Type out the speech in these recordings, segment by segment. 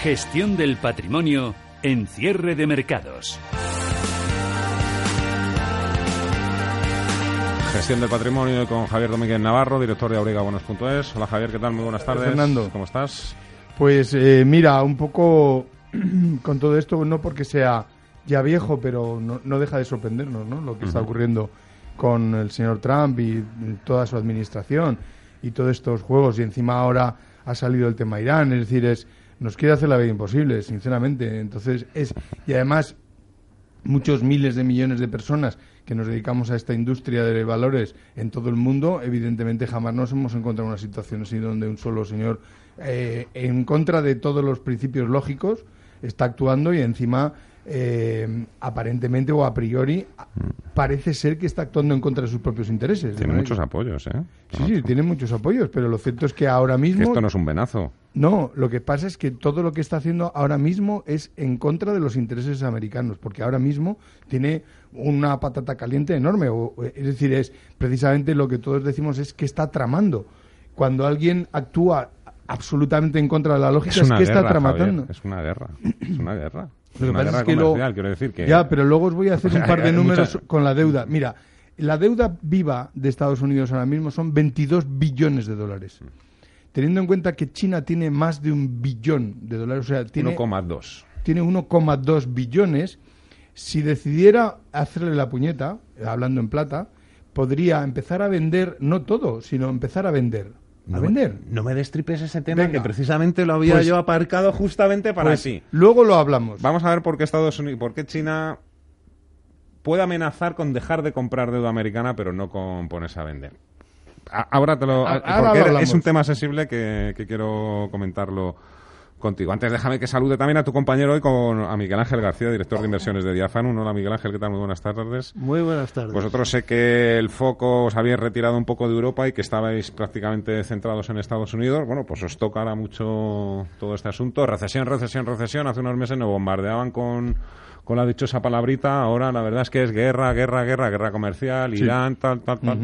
Gestión del patrimonio en cierre de mercados. Gestión del patrimonio con Javier Domínguez Navarro, director de AuregaBonos.es. Hola Javier, ¿qué tal? Muy buenas tardes. Fernando. ¿Cómo estás? Pues mira, un poco con todo esto, no porque sea ya viejo, pero no deja de sorprendernos, ¿no? Lo que está ocurriendo con el señor Trump y toda su administración y todos estos juegos. Y encima ahora ha salido el tema Irán, es decir, nos quiere hacer la vida imposible, sinceramente. Entonces y además muchos miles de millones de personas que nos dedicamos a esta industria de valores en todo el mundo, evidentemente jamás nos hemos encontrado en una situación así donde un solo señor, en contra de todos los principios lógicos, está actuando y encima, aparentemente o a priori, parece ser que está actuando en contra de sus propios intereses. Tiene muchos apoyos, ¿eh? Sí, tiene muchos apoyos, pero lo cierto es que ahora mismo... Que esto no es un venazo. No, lo que pasa es que todo lo que está haciendo ahora mismo es en contra de los intereses americanos, porque ahora mismo tiene una patata caliente enorme. Es decir, es precisamente lo que todos decimos es que está tramando. Cuando alguien actúa absolutamente en contra de la lógica, es que está tramando. Javier, es una guerra. Es una guerra. Lo que pasa es que comercial, quiero decir que... Ya, pero luego os voy a hacer un par de números con la deuda. Mira, la deuda viva de Estados Unidos ahora mismo son 22 billones de dólares. Teniendo en cuenta que China tiene más de $1 billón, o sea, tiene 1,2. Tiene 1,2 billones. Si decidiera hacerle la puñeta, hablando en plata, podría empezar a vender, no todo, sino empezar a vender. No me destripes ese tema. Venga. Que precisamente lo había yo aparcado justamente para ti. Luego lo hablamos. Vamos a ver por qué China puede amenazar con dejar de comprar deuda americana, pero no con ponerse a vender. Ahora porque es un tema sensible que quiero comentarlo contigo. Antes déjame que salude también a tu compañero hoy, a Miguel Ángel García, director de inversiones de Diafanum. Hola Miguel Ángel, ¿qué tal? Muy buenas tardes. Muy buenas tardes. Vosotros sé que el foco os habéis retirado un poco de Europa y que estabais prácticamente centrados en Estados Unidos. Bueno, pues os toca ahora mucho todo este asunto. Recesión. Hace unos meses nos bombardeaban con la dichosa palabrita. Ahora la verdad es que es guerra comercial, sí. Irán, tal.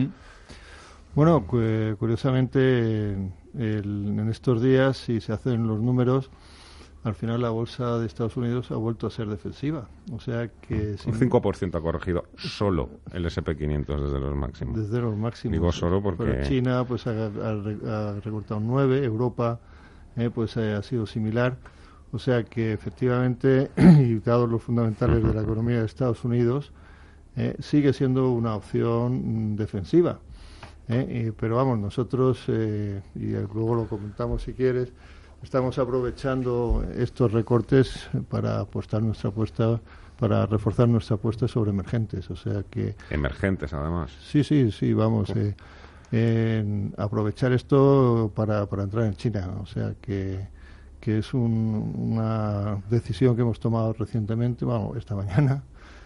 Bueno, curiosamente, en estos días, si se hacen los números, al final la bolsa de Estados Unidos ha vuelto a ser defensiva. O sea que... Un 5% ha corregido solo el S&P 500 desde los máximos. Desde los máximos. Digo solo porque... Pero China pues ha recortado un 9%, Europa pues ha sido similar. O sea que efectivamente, y dados los fundamentales de la economía de Estados Unidos, sigue siendo una opción defensiva. Pero vamos, nosotros, y luego lo comentamos si quieres, estamos aprovechando estos recortes para para reforzar nuestra apuesta sobre emergentes. O sea que... Emergentes, además. Sí, vamos. Aprovechar esto para entrar en China. O sea que es una decisión que hemos tomado recientemente, esta mañana.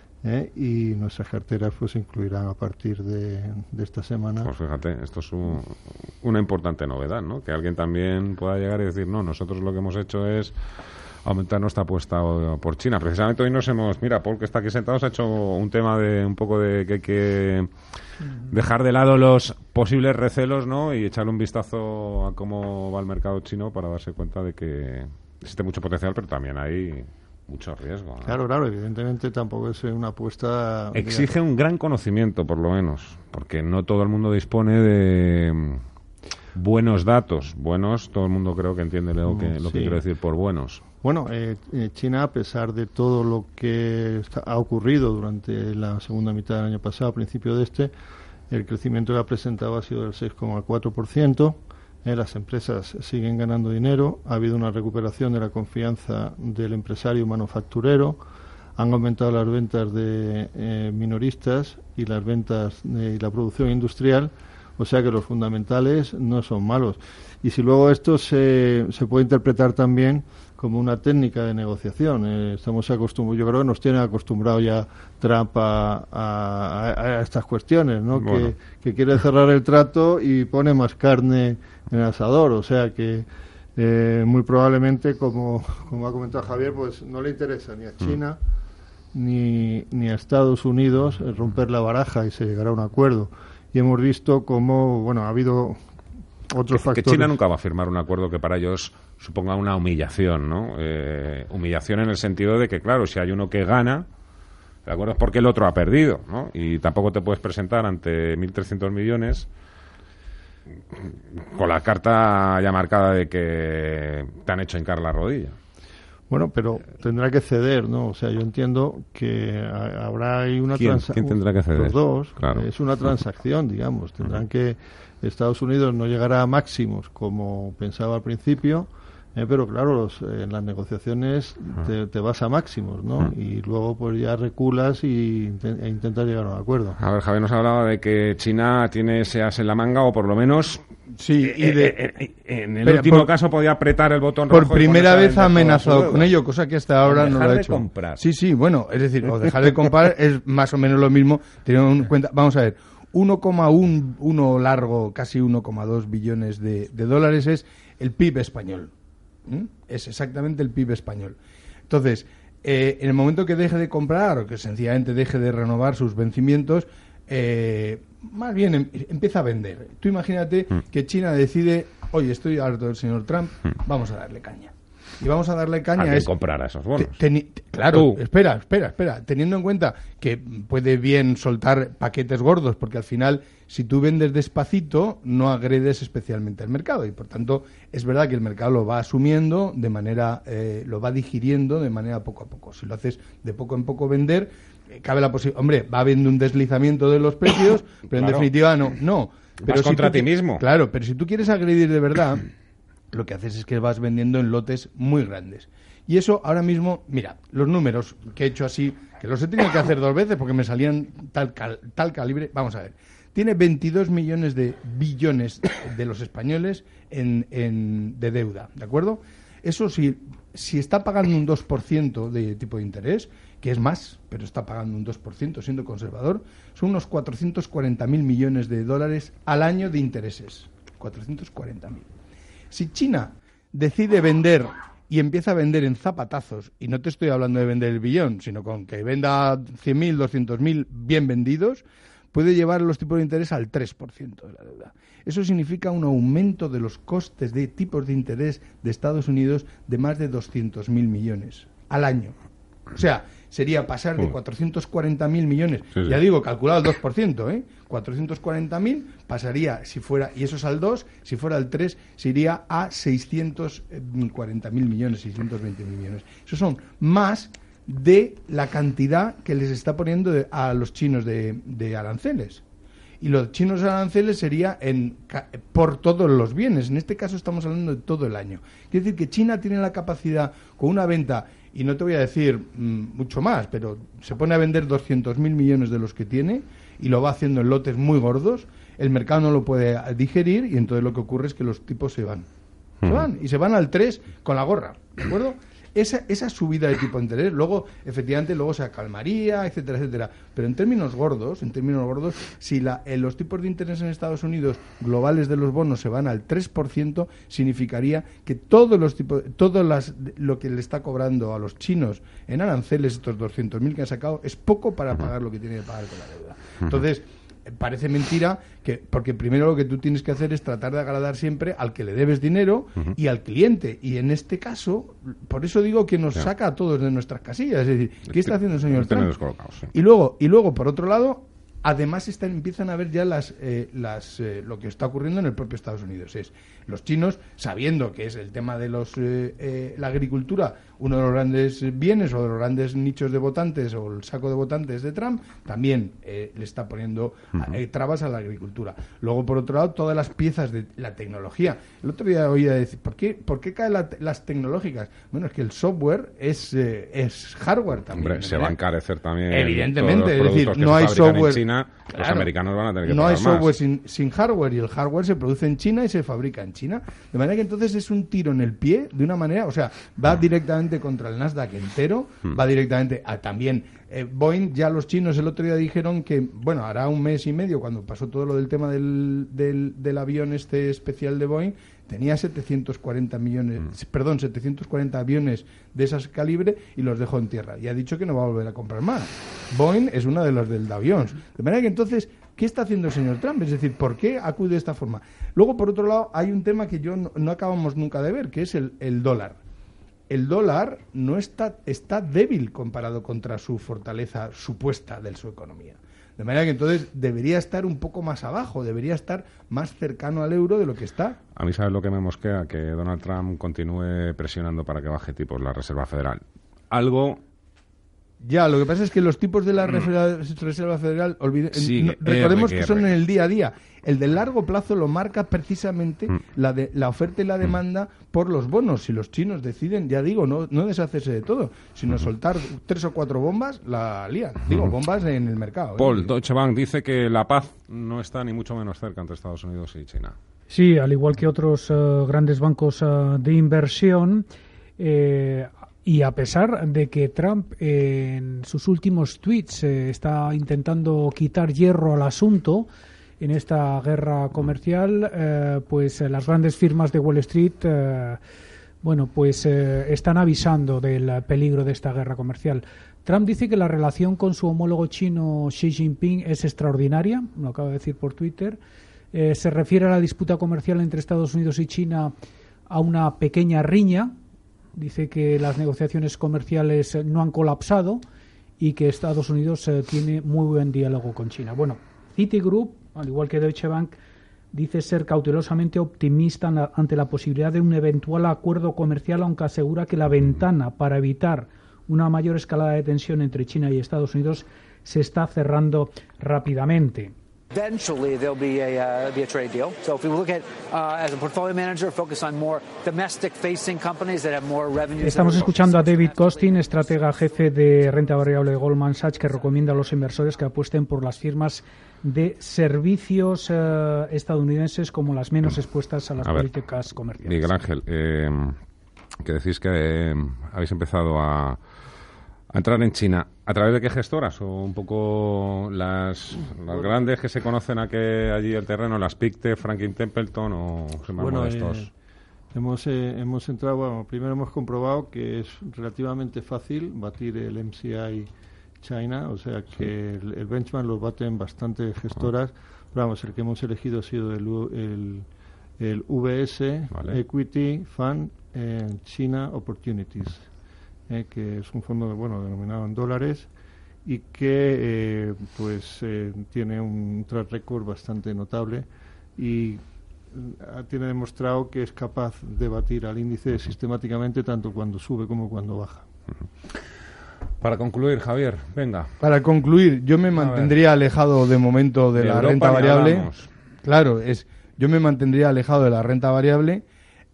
Y nuestras carteras pues incluirán a partir de esta semana. Pues fíjate, esto es una importante novedad, ¿no? Que alguien también pueda llegar y decir, no, nosotros lo que hemos hecho es aumentar nuestra apuesta por China. Precisamente hoy mira, Paul, que está aquí sentado, se ha hecho un tema de un poco de que hay que dejar de lado los posibles recelos, ¿no? Y echarle un vistazo a cómo va el mercado chino para darse cuenta de que existe mucho potencial, pero también hay mucho riesgo, ¿no? Claro, evidentemente tampoco es una apuesta... Exige un gran conocimiento, por lo menos, porque no todo el mundo dispone de buenos datos. Buenos, todo el mundo creo que entiende lo que quiero decir por buenos. Bueno, China, a pesar de todo lo que ha ocurrido durante la segunda mitad del año pasado, a principio de el crecimiento que ha presentado ha sido del 6,4%. Las empresas siguen ganando dinero, ha habido una recuperación de la confianza del empresario manufacturero, han aumentado las ventas de minoristas y las ventas y la producción industrial, o sea que los fundamentales no son malos. Y si luego esto se puede interpretar también como una técnica de negociación, estamos acostumbrados, yo creo que nos tiene acostumbrado ya Trump a estas cuestiones, ¿no? Bueno. Que quiere cerrar el trato y pone más carne en el asador, o sea que muy probablemente, como ha comentado Javier, pues no le interesa ni a China ni a Estados Unidos romper la baraja y se llegará a un acuerdo. Y hemos visto cómo, ha habido otros que factores. China nunca va a firmar un acuerdo que para ellos suponga una humillación, ¿no? Humillación en el sentido de que, claro, si hay uno que gana, el acuerdo es porque el otro ha perdido, ¿no? Y tampoco te puedes presentar ante 1.300 millones con la carta ya marcada de que te han hecho hincar la rodilla. Bueno, pero tendrá que ceder, ¿no? O sea, yo entiendo que habrá ahí una transacción. ¿Quién tendrá que ceder? Los dos. Claro. Es una transacción, digamos. Tendrán que... Estados Unidos no llegará a máximos como pensaba al principio, pero claro, en las negociaciones te vas a máximos, ¿no? Y luego pues ya reculas e intentas llegar a un acuerdo. A ver, Javier nos hablaba de que China tiene ese as en la manga, o por lo menos... Sí, en el último caso podía apretar el botón rojo. Por primera vez ha amenazado con ello, cosa que hasta ahora no lo ha hecho. Comprar. Sí, bueno, es decir, o dejar de comprar es más o menos lo mismo, teniendo en cuenta, vamos a ver, 1,1 largo, casi 1,2 billones de dólares es el PIB español. Es exactamente el PIB español. Entonces, en el momento que deje de comprar o que sencillamente deje de renovar sus vencimientos, más bien empieza a vender. Tú imagínate que China decide, oye, estoy harto del señor Trump, vamos a darle caña. Y vamos a darle caña a comprar esos bonos. Claro, espera. Teniendo en cuenta que puede bien soltar paquetes gordos, porque al final, si tú vendes despacito, no agredes especialmente al mercado. Y por tanto, es verdad que el mercado lo va asumiendo de manera, lo va digiriendo de manera poco a poco. Si lo haces de poco en poco vender, cabe la posibilidad. Hombre, va habiendo un deslizamiento de los precios, pero en definitiva no. Pero vas contra ti mismo. Claro, pero si tú quieres agredir de verdad, lo que haces es que vas vendiendo en lotes muy grandes. Y eso ahora mismo, mira, los números que he hecho así, que los he tenido que hacer 2 veces porque me salían tal calibre. Vamos a ver. Tiene 22 millones de billones de los españoles de deuda, ¿de acuerdo? Eso si está pagando un 2% de tipo de interés, que es más, pero está pagando un 2% siendo conservador, son unos 440.000 millones de dólares al año de intereses. 440.000. Si China decide vender y empieza a vender en zapatazos, y no te estoy hablando de vender el billón, sino con que venda 100.000, 200.000 bien vendidos, puede llevar los tipos de interés al 3% de la deuda. Eso significa un aumento de los costes de tipos de interés de Estados Unidos de más de 200.000 millones al año. O sea, sería pasar de 440.000 millones, ya digo, calculado al 2%, 440.000 pasaría, si fuera, y eso es al 2, si fuera al 3, se iría a 640.000 millones, 620.000 millones. Eso son más de la cantidad que les está poniendo a los chinos de aranceles. Y los chinos de aranceles sería por todos los bienes. En este caso estamos hablando de todo el año. Quiere decir que China tiene la capacidad, con una venta, y no te voy a decir mucho más, pero se pone a vender 200.000 millones de los que tiene y lo va haciendo en lotes muy gordos. El mercado no lo puede digerir y entonces lo que ocurre es que los tipos se van. Se van al 3 con la gorra, ¿de acuerdo? Esa subida de tipo de interés, luego, efectivamente, se calmaría, etcétera, etcétera. Pero en términos gordos, si los tipos de interés en Estados Unidos globales de los bonos se van al 3%, significaría que lo que le está cobrando a los chinos en aranceles, estos 200.000 que han sacado, es poco para pagar lo que tiene que pagar con la deuda. Entonces, parece mentira porque primero lo que tú tienes que hacer es tratar de agradar siempre al que le debes dinero y al cliente, y en este caso por eso digo que nos saca a todos de nuestras casillas, es decir, ¿qué está haciendo el señor Trump? Y luego por otro lado, además empiezan a ver ya lo que está ocurriendo en el propio Estados Unidos. Es los chinos, sabiendo que es el tema de la agricultura uno de los grandes bienes o de los grandes nichos de votantes o el saco de votantes de Trump, también le está poniendo trabas a la agricultura. Luego, por otro lado, todas las piezas de la tecnología. El otro día oía decir, ¿por qué caen las tecnológicas? Bueno, es que el software es hardware también. Hombre, se va a encarecer también. Evidentemente, es decir, no hay software en China, los americanos van a tener que no pagar hay software más. sin hardware, y el hardware se produce en China y se fabrica en China. De manera que entonces es un tiro en el pie de una manera, o sea, va directamente contra el Nasdaq entero, va directamente a también Boeing. Ya los chinos el otro día dijeron que, bueno, hará 1 mes y medio, cuando pasó todo lo del tema del avión especial de Boeing, tenía 740 aviones de esas calibre y los dejó en tierra. Y ha dicho que no va a volver a comprar más. Boeing es una de las del Dow Jones. De manera que entonces, ¿qué está haciendo el señor Trump? Es decir, ¿por qué acude de esta forma? Luego, por otro lado, hay un tema que no acabamos nunca de ver, que es el dólar. El dólar no está débil comparado contra su fortaleza supuesta de su economía. De manera que entonces debería estar un poco más abajo, debería estar más cercano al euro de lo que está. A mí, ¿sabes lo que me mosquea? Que Donald Trump continúe presionando para que baje tipos la Reserva Federal. Algo... Ya, lo que pasa es que los tipos de la Reserva Federal, recordemos que son en el día a día. El de largo plazo lo marca precisamente la oferta y la demanda por los bonos. Si los chinos deciden, ya digo, no deshacerse de todo, sino soltar 3 o 4 bombas, la lían. Digo, bombas en el mercado. Paul, Deutsche Bank dice que la paz no está ni mucho menos cerca entre Estados Unidos y China. Sí, al igual que otros grandes bancos de inversión, y a pesar de que Trump en sus últimos tweets está intentando quitar hierro al asunto en esta guerra comercial, pues las grandes firmas de Wall Street están avisando del peligro de esta guerra comercial. Trump dice que la relación con su homólogo chino Xi Jinping es extraordinaria, lo acaba de decir por Twitter. Se refiere a la disputa comercial entre Estados Unidos y China a una pequeña riña. Dice que las negociaciones comerciales no han colapsado y que Estados Unidos tiene muy buen diálogo con China. Bueno, Citigroup, al igual que Deutsche Bank, dice ser cautelosamente optimista ante la posibilidad de un eventual acuerdo comercial, aunque asegura que la ventana para evitar una mayor escalada de tensión entre China y Estados Unidos se está cerrando rápidamente. Eventually, there'll be a trade deal. So if we look at, as a portfolio manager, focus on more domestic-facing companies that have more revenues. Estamos escuchando a David Kostin, estratega jefe de renta variable de Goldman Sachs, que recomienda a los inversores que apuesten por las firmas de servicios estadounidenses como las menos expuestas a las políticas comerciales. Miguel Ángel, que decís que habéis empezado a entrar en China. ¿A través de qué gestoras? ¿O un poco las grandes que se conocen allí el terreno, las Pictet, Franklin Templeton o más modestos? Hemos entrado, primero hemos comprobado que es relativamente fácil batir el MSCI China, o sea que el benchmark lo baten bastante gestoras. Pero vamos, el que hemos elegido ha sido el VS Equity Fund China Opportunities, que es un fondo denominado en dólares y que tiene un track record bastante notable y tiene demostrado que es capaz de batir al índice sistemáticamente tanto cuando sube como cuando baja. Para concluir, Javier, venga. Para concluir, yo me mantendría alejado de momento de la renta variable. Claro, yo me mantendría alejado de la renta variable,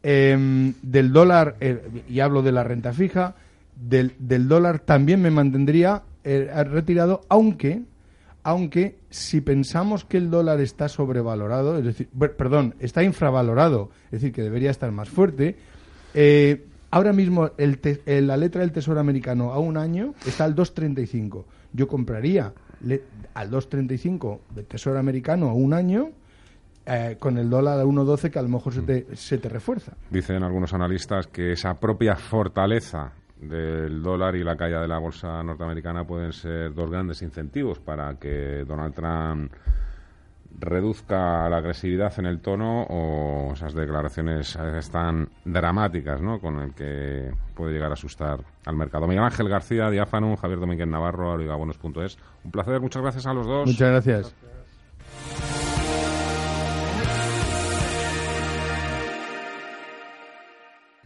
del dólar, y hablo de la renta fija. Del dólar también me mantendría retirado, aunque si pensamos que el dólar está sobrevalorado, es decir, está infravalorado, es decir, que debería estar más fuerte, ahora mismo la letra del Tesoro americano a un año está al 2,35. Yo compraría al 2,35 del Tesoro americano a un año, con el dólar a 1,12, que a lo mejor se te refuerza. Dicen algunos analistas que esa propia fortaleza del dólar y la caída de la bolsa norteamericana pueden ser dos grandes incentivos para que Donald Trump reduzca la agresividad en el tono o esas declaraciones tan dramáticas, ¿no?, con el que puede llegar a asustar al mercado. Miguel Ángel García, Diáfano, Javier Domínguez Navarro, arigabonos.es. Un placer, muchas gracias a los dos. Muchas gracias.